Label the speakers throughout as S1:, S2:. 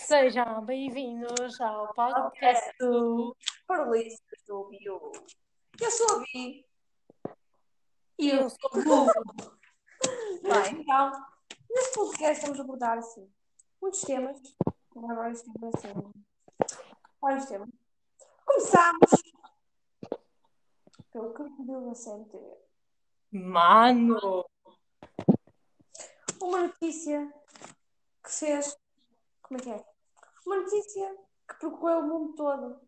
S1: Sejam bem-vindos ao podcast do
S2: Parolices do Bio. Eu sou a Bi.
S1: E eu sou o Hugo.
S2: Bem, então, neste podcast vamos abordar assim muitos temas. Vários temas assim. Vários temas. Começamos pelo Crocodilo da CMTV.
S1: Mano!
S2: Uma notícia que fez. Como é que é? Uma notícia que percorreu o mundo todo.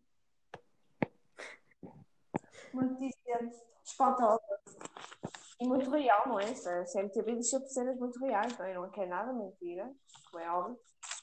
S2: Uma notícia espantosa. E muito real, não é? A CMTV deixou de cenas muito reais, não é? Não quer nada mentira, como é óbvio.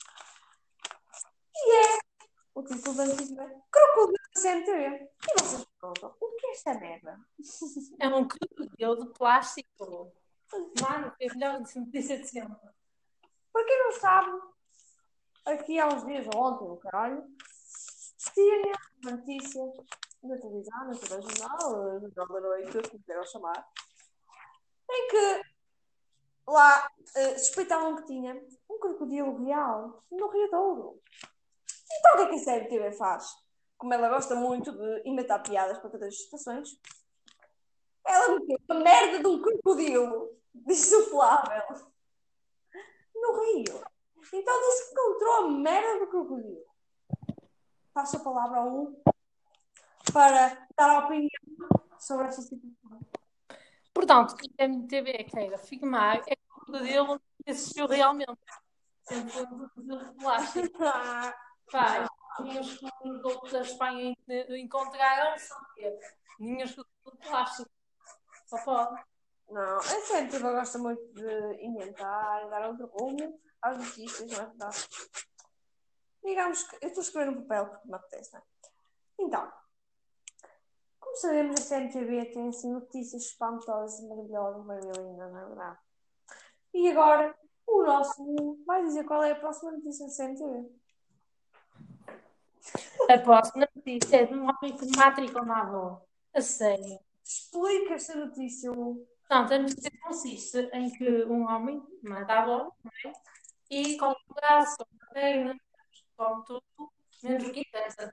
S2: E é o título da notícia é Crocodilo da CMTV. E vocês perguntam, o que é esta merda?
S1: É um crocodilo de plástico. Mano, foi a melhor notícia de sempre.
S2: Para quem não sabe, aqui há uns dias, ou ontem, o caralho, tinha uma notícia na televisão, no telejornal, no Jornal da Noite, como quiseram chamar, em que lá suspeitavam que tinha um crocodilo real no Rio Douro. Então o que é que a CMTV faz? Como ela gosta muito de inventar piadas para todas as situações, ela meteu a merda de um crocodilo insuflável no rio. Então disse que encontrou a merda do crocodilo. Passo a palavra ao Hugo para dar a opinião sobre esta situação.
S1: Portanto, o que a MTV quer afirmar é que o crocodilo existiu realmente. Sempre foi um crocodilo de plástico. Pá, as minhas crocodilos da Espanha encontraram-se ninhas crocodilos de plástico. Só pode.
S2: Não, a CMTV gosta muito de inventar, dar outro rumo às notícias, não é verdade? Digamos que eu estou a escrever no papel porque me apetece, não é? Então, como sabemos, a CMTV tem assim notícias espantosas, maravilhosas, maravilhosas, não é verdade? E agora, o nosso Hugo vai dizer qual é a próxima notícia da CMTV.
S1: A próxima notícia é de um homem que mata na avó. A sério.
S2: Explica esta notícia, Hugo.
S1: Portanto, a notícia consiste em que um homem mata a avó, não é? E com o braço, com a perna, com tudo, menos o que interessa.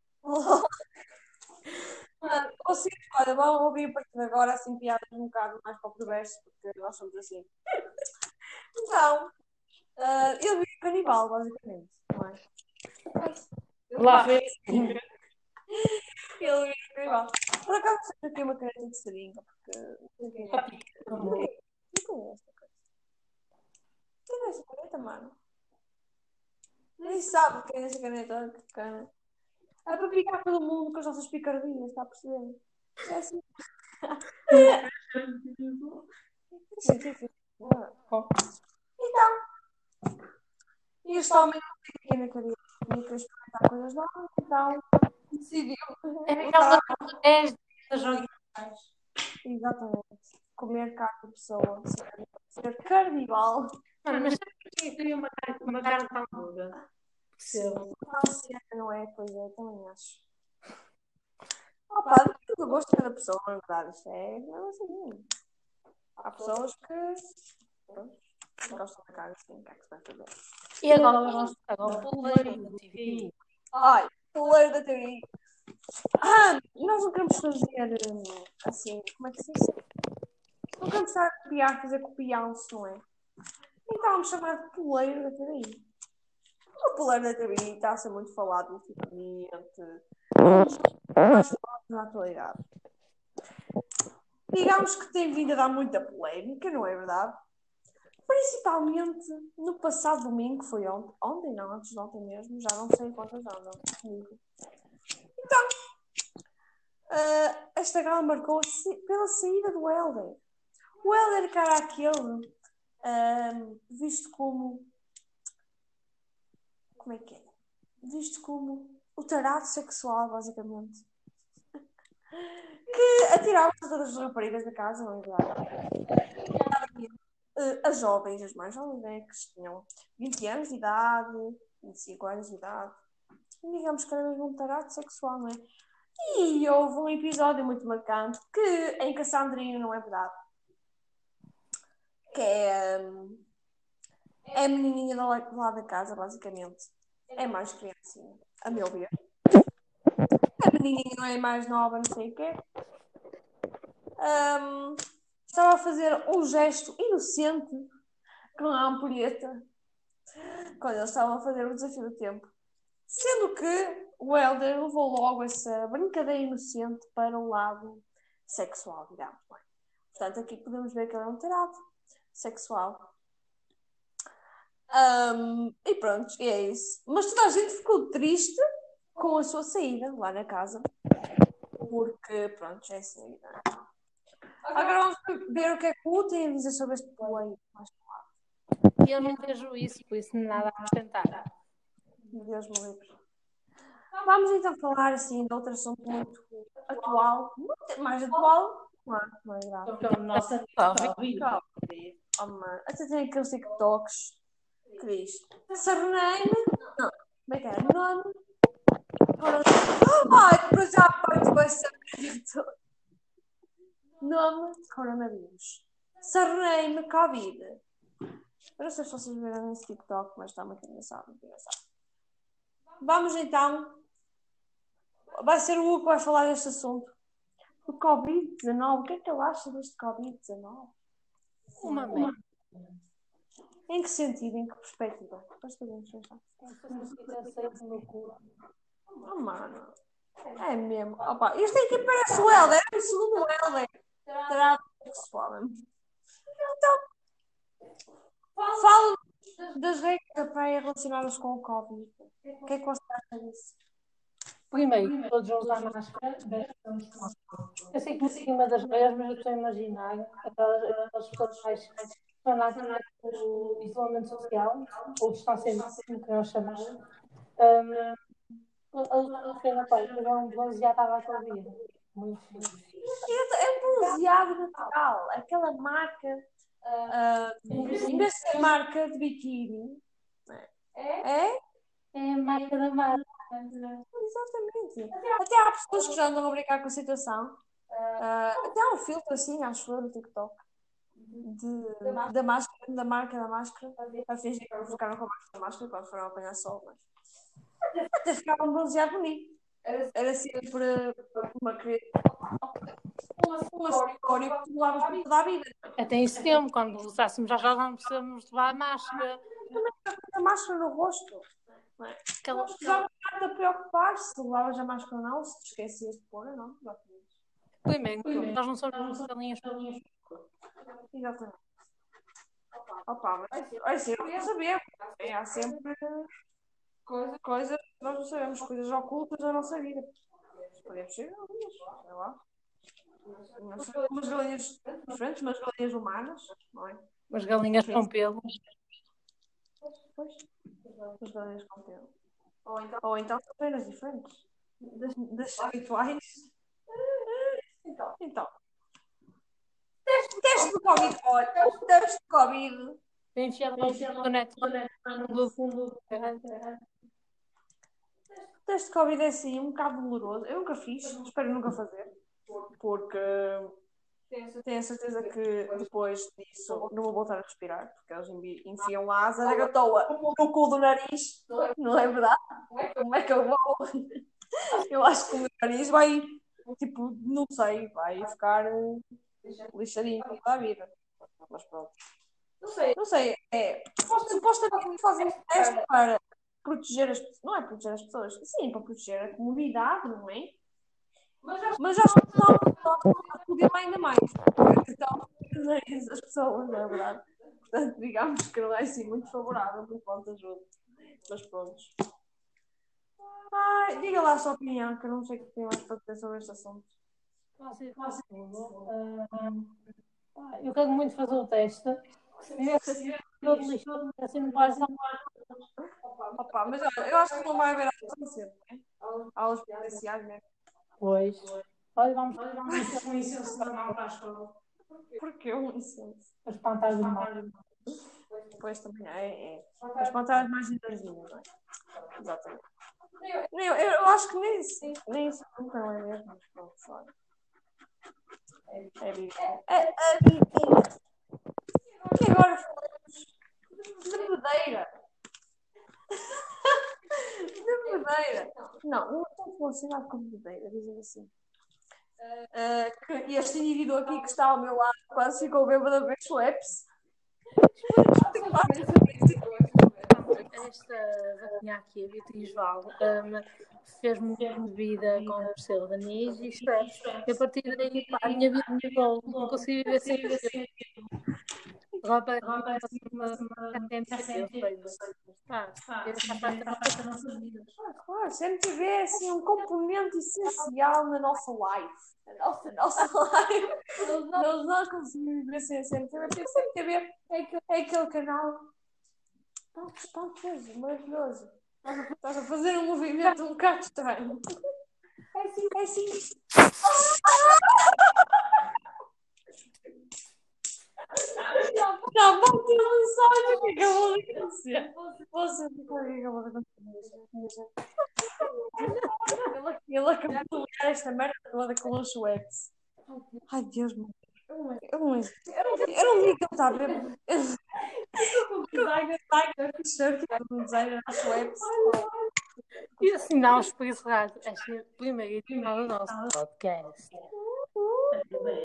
S2: Vocês, olha, vão ouvir a partir de agora assim piadas um bocado mais para o progresso, porque nós somos assim. Então, ele vira canibal, basicamente, não é?
S1: Lá foi.
S2: Ele vira canibal. Por acaso, sempre aqui uma caneta de seringa, porque não conheço esta coisa. Quem é esta caneta, mano? Nem sabe quem é esta caneta. Que cana. É para picar pelo mundo com as nossas picardias, está a perceber? É assim. Então, este homem não tem aqui na cabeça. Tinha que experimentar coisas novas, então decidiu.
S1: É das originais.
S2: Exatamente. Comer carne de pessoa. Ser canibal.
S1: Mano, mas sabe por que eu queria uma carne tão dura? Percebo.
S2: Não é? Pois é, também acho. Opa, depende do gosto de cada pessoa, na verdade. Isto é assim. Há pessoas que gostam da carne assim, o que é que se vai fazer?
S1: E agora vamos para o poleiro da TV.
S2: Ai, poleiro da TV. Nós não queremos fazer assim, como é que se diz? Não queremos estar a copiar, fazer copianço, não é? Então vamos chamar de poleiro da TV. O poleiro da TV está a ser muito falado ultimamente. Mais falado na atualidade. Digamos que tem vindo a dar muita polémica, não é verdade? Principalmente no passado domingo, foi ontem. Ontem não, antes de ontem mesmo, já não sei quantas andam comigo. Então, esta gala marcou pela saída do Helder. O Helder, cara, aquele visto como. Como é que é? Visto como o tarado sexual, basicamente. Que atirava todas as raparigas da casa, não é verdade? As jovens, as mais jovens, né, que tinham 20 anos de idade, 25 anos de idade. E digamos que era mesmo um tarado sexual, não é? E houve um episódio muito marcante em que a Sandrina, não é verdade? Que é a menininha do lado da casa, basicamente. é mais criancinha, a meu ver. A menininha não é mais nova, não sei o quê. Estava a fazer um gesto inocente com a ampulheta quando eles estavam a fazer o desafio do tempo. Sendo que o Helder levou logo essa brincadeira inocente para o lado sexual, digamos. Portanto, aqui podemos ver que ele é um tarado sexual. E pronto, e é isso. Mas toda a gente ficou triste com a sua saída lá na casa. Porque, pronto, já é saída. Agora vamos ver o que é que o tem a dizer sobre este play.
S1: Eu não vejo isso, por isso nada a acrescentar.
S2: Deus me livre. Vamos então falar assim de outro assunto muito atual. Muito mais atual. Claro, não é grave.
S1: Então, nossa Covid.
S2: Oh, mano. Até tem aqueles TikToks que diz Surname. Não, como é que é? Nome. Ai, para já parte com essa merda. Nome coronavírus. Surname Covid. Eu não sei se vocês viram nesse TikTok, mas está muito engraçado, muito engraçado. Vamos então. Vai ser o Hugo que vai falar deste assunto. O Covid-19. O que é que ele acha deste Covid-19?
S1: Uma merda.
S2: Em que sentido? Em que perspectiva? Depois podemos pensar. Oh, mano. É mesmo. Opa, isto aqui parece o Helder. É o segundo Helder. Terá sexual. Então, fala das regras da praia relacionadas com o Covid. O que é que você acha disso?
S1: Primeiro, todos vão usar máscara. Eu sei que por cima das regras, mas eu estou a imaginar aquelas pessoas mais que estão na do isolamento social, ou distanciamento, como queiram chamar. A Fena Pai, pegar um bronze já estava a Covid. Muito fixe.
S2: É um bronzeado natural. Aquela marca. Em vez de ser marca de biquíni. É?
S1: É a marca da marca.
S2: Exatamente. Até há pessoas que já andam a brincar com a situação. Até há um filtro assim, acho eu, no TikTok. Da máscara, da marca da máscara. A fingir que ficaram com a marca da máscara quando foram apanhar sol. Mas... Até ficava um bronzeado bonito. Era sempre uma história que tu levavas para toda a vida.
S1: Até em setembro, quando usássemos, já não precisamos levar máscara.
S2: Também a máscara no rosto. Não é? Não precisava estar a preocupar-se se levavas a máscara ou não, se te esquecias de pôr ou não.
S1: Primeiro, nós não somos galinhas.
S2: Exatamente. Opa, mas eu queria saber. Há sempre coisas que nós não sabemos, coisas ocultas da nossa vida. Podemos ser galinhas, sei lá. Umas galinhas diferentes, umas galinhas humanas, não é?
S1: Umas galinhas com pelo.
S2: Pois, as galinhas com pelo. Ou então são apenas diferentes das habituais. Então. Teste do Covid. Olha, o teste do Covid.
S1: Enfiado no neto do fundo.
S2: O teste de Covid é assim, um bocado doloroso. Eu nunca fiz, espero nunca fazer. Porque tenho a certeza que depois disso não vou voltar a respirar. Porque eles enfiam lá a zaragatoa no cu do nariz. Não é verdade? Como é que eu vou? Eu acho que o meu nariz vai, tipo, não sei, vai ficar lixadinho toda a vida. Mas pronto. Não sei, supostamente fazem um teste para proteger as pessoas. Não é proteger as pessoas, sim, para proteger a comunidade, não é? Mas acho que não podia ainda mais. Então, as pessoas, não é verdade? Portanto, digamos que não é assim muito favorável por ponto de ajuda. Mas pronto. Diga lá a sua opinião, que eu não sei o que tem mais para dizer sobre este assunto.
S1: Eu quero muito fazer o teste. Todo lixo, assim não pode.
S2: Opa, mas olha, eu acho que não vai haver aulas sempre, não é? Aulas presenciais mesmo.
S1: Pois. Olha, vamos
S2: com licença normal para a escola. Porquê um licença?
S1: para espantar do mar.
S2: Pois também é. Para espantar as mais energias, não é? Exatamente. Eu acho que nem isso nunca não é mesmo, mas pronto, olha. É vida. É vida. E agora falamos de Madeira. bebedeira. Não, não estou relacionado com bebedeira, dizem assim. Que este indivíduo aqui que está ao meu lado quase ficou bêbado a ver Schweppes.
S1: Esta vaquinha aqui, a Beatriz Val, fez-me uma vida com o selo da Anis e Schweppes. E a partir daí, pá, a minha vida mudou. Não consigo viver sem aquilo. Agora parece que uma CMTV, ou seja, pá, faz parte da nossa vida.
S2: Claro, CMTV é assim um componente essencial na nossa life. A nossa life. Nós conseguimos viver sem a CMTV, porque a CMTV é aquele canal tão espantoso, maravilhoso. Estás a fazer um movimento um bocado estranho. É assim. Não, vamos ter um sonho que acabou de acontecer. Você não que acabou de acontecer. Ele acabou de ligar esta merda toda com os Schweppes. Ai, Deus meu. Eu não vi que ele está bêbado. O designer t-shirt do designer da Schweppes.
S1: E assim damos por encerrar esta primeira edição do nosso podcast.